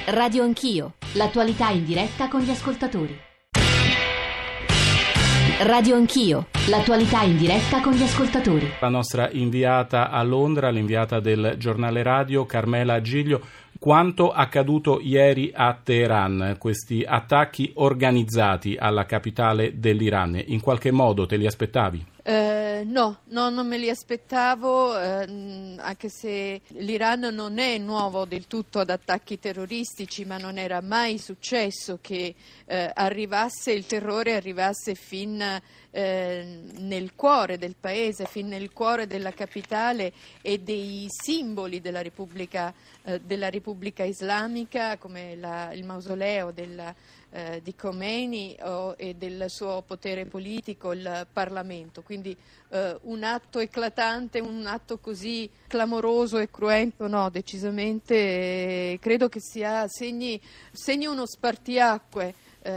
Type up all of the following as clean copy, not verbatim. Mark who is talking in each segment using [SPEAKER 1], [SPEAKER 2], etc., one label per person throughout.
[SPEAKER 1] Radio Anch'io, l'attualità in diretta con gli ascoltatori. Radio Anch'io, l'attualità in diretta con gli ascoltatori.
[SPEAKER 2] La nostra inviata a Londra, l'inviata del giornale radio, Carmela Giglio. Quanto accaduto ieri a Teheran, questi attacchi organizzati alla capitale dell'Iran, in qualche modo te li aspettavi?
[SPEAKER 3] No, non me li aspettavo, anche se l'Iran non è nuovo del tutto ad attacchi terroristici, ma non era mai successo che il terrore arrivasse fin nel cuore del paese, fin nel cuore della capitale e dei simboli della Repubblica Islamica, come il mausoleo di Khomeini e del suo potere politico, il Parlamento. Quindi un atto eclatante, un atto così clamoroso e cruento, no, decisamente credo che segni uno spartiacque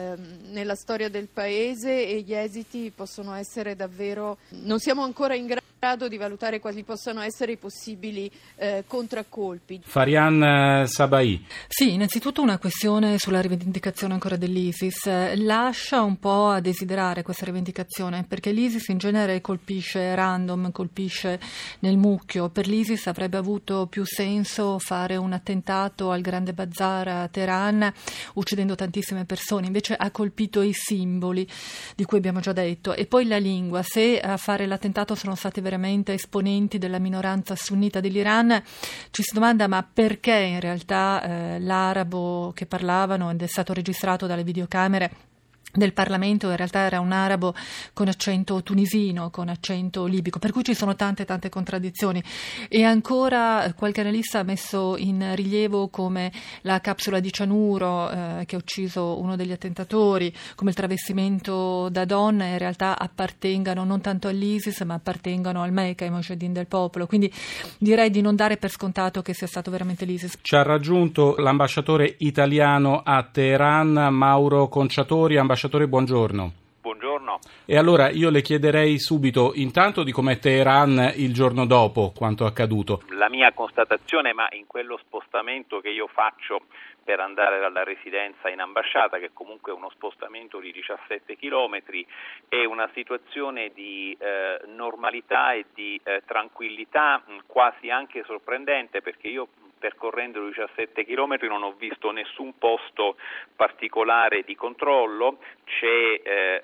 [SPEAKER 3] nella storia del paese, e gli esiti possono essere davvero... Non siamo ancora in grado di valutare quali possano essere i possibili contraccolpi.
[SPEAKER 2] Farian Sabai.
[SPEAKER 4] Sì, innanzitutto una questione sulla rivendicazione ancora dell'ISIS. Lascia un po' a desiderare questa rivendicazione, perché l'ISIS in genere colpisce random, colpisce nel mucchio. Per l'ISIS avrebbe avuto più senso fare un attentato al Grande Bazar a Teheran, uccidendo tantissime persone. Invece ha colpito i simboli di cui abbiamo già detto, e poi la lingua. Se a fare l'attentato sono stati veramente esponenti della minoranza sunnita dell'Iran, ci si domanda ma perché in realtà l'arabo che parlavano, ed è stato registrato dalle videocamere del Parlamento, in realtà era un arabo con accento tunisino, con accento libico, per cui ci sono tante contraddizioni. E ancora qualche analista ha messo in rilievo come la capsula di cianuro che ha ucciso uno degli attentatori, come il travestimento da donna, in realtà appartengano non tanto all'ISIS ma appartengano al MEK, ai Mojahedin del popolo. Quindi direi di non dare per scontato che sia stato veramente l'ISIS.
[SPEAKER 2] Ci ha raggiunto l'ambasciatore italiano a Teheran, Mauro Conciatori. Ambasciatore, buongiorno.
[SPEAKER 5] Buongiorno.
[SPEAKER 2] E allora io le chiederei subito intanto di com'è Teheran il giorno dopo quanto accaduto.
[SPEAKER 5] La mia constatazione, ma in quello spostamento che io faccio per andare dalla residenza in ambasciata, che comunque è uno spostamento di 17 chilometri, è una situazione di normalità e di tranquillità quasi anche sorprendente, perché io percorrendo 17 chilometri non ho visto nessun posto particolare di controllo. C'è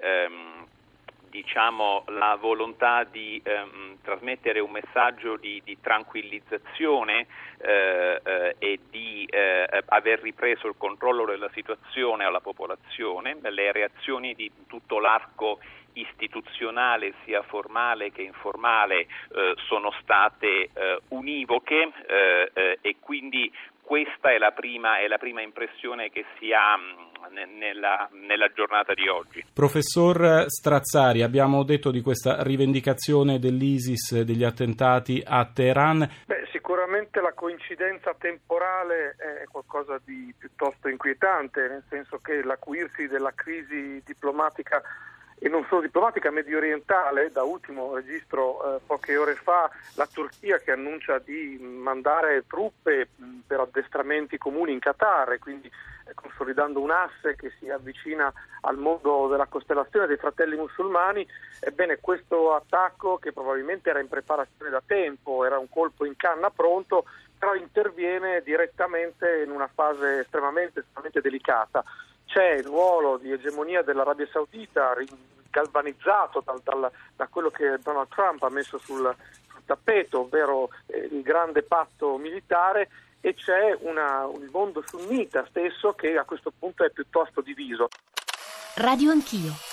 [SPEAKER 5] la volontà di trasmettere un messaggio di tranquillizzazione e di aver ripreso il controllo della situazione alla popolazione. Le reazioni di tutto l'arco istituzionale, sia formale che informale, sono state univoche, e quindi questa è la prima impressione che si ha nella giornata di oggi.
[SPEAKER 2] Professor Strazzari, abbiamo detto di questa rivendicazione dell'ISIS, degli attentati a Teheran.
[SPEAKER 6] Sicuramente la coincidenza temporale è qualcosa di piuttosto inquietante, nel senso che l'acuirsi della crisi diplomatica, e non solo diplomatica, medio orientale. Da ultimo registro poche ore fa la Turchia che annuncia di mandare truppe per addestramenti comuni in Qatar, quindi consolidando un asse che si avvicina al mondo della costellazione dei fratelli musulmani. Ebbene, questo attacco, che probabilmente era in preparazione da tempo, era un colpo in canna pronto, però interviene direttamente in una fase estremamente delicata. C'è il ruolo di egemonia dell'Arabia Saudita galvanizzato da quello che Donald Trump ha messo sul tappeto, ovvero il grande patto militare, e c'è il mondo sunnita stesso che a questo punto è piuttosto diviso.
[SPEAKER 1] Radio Anch'io,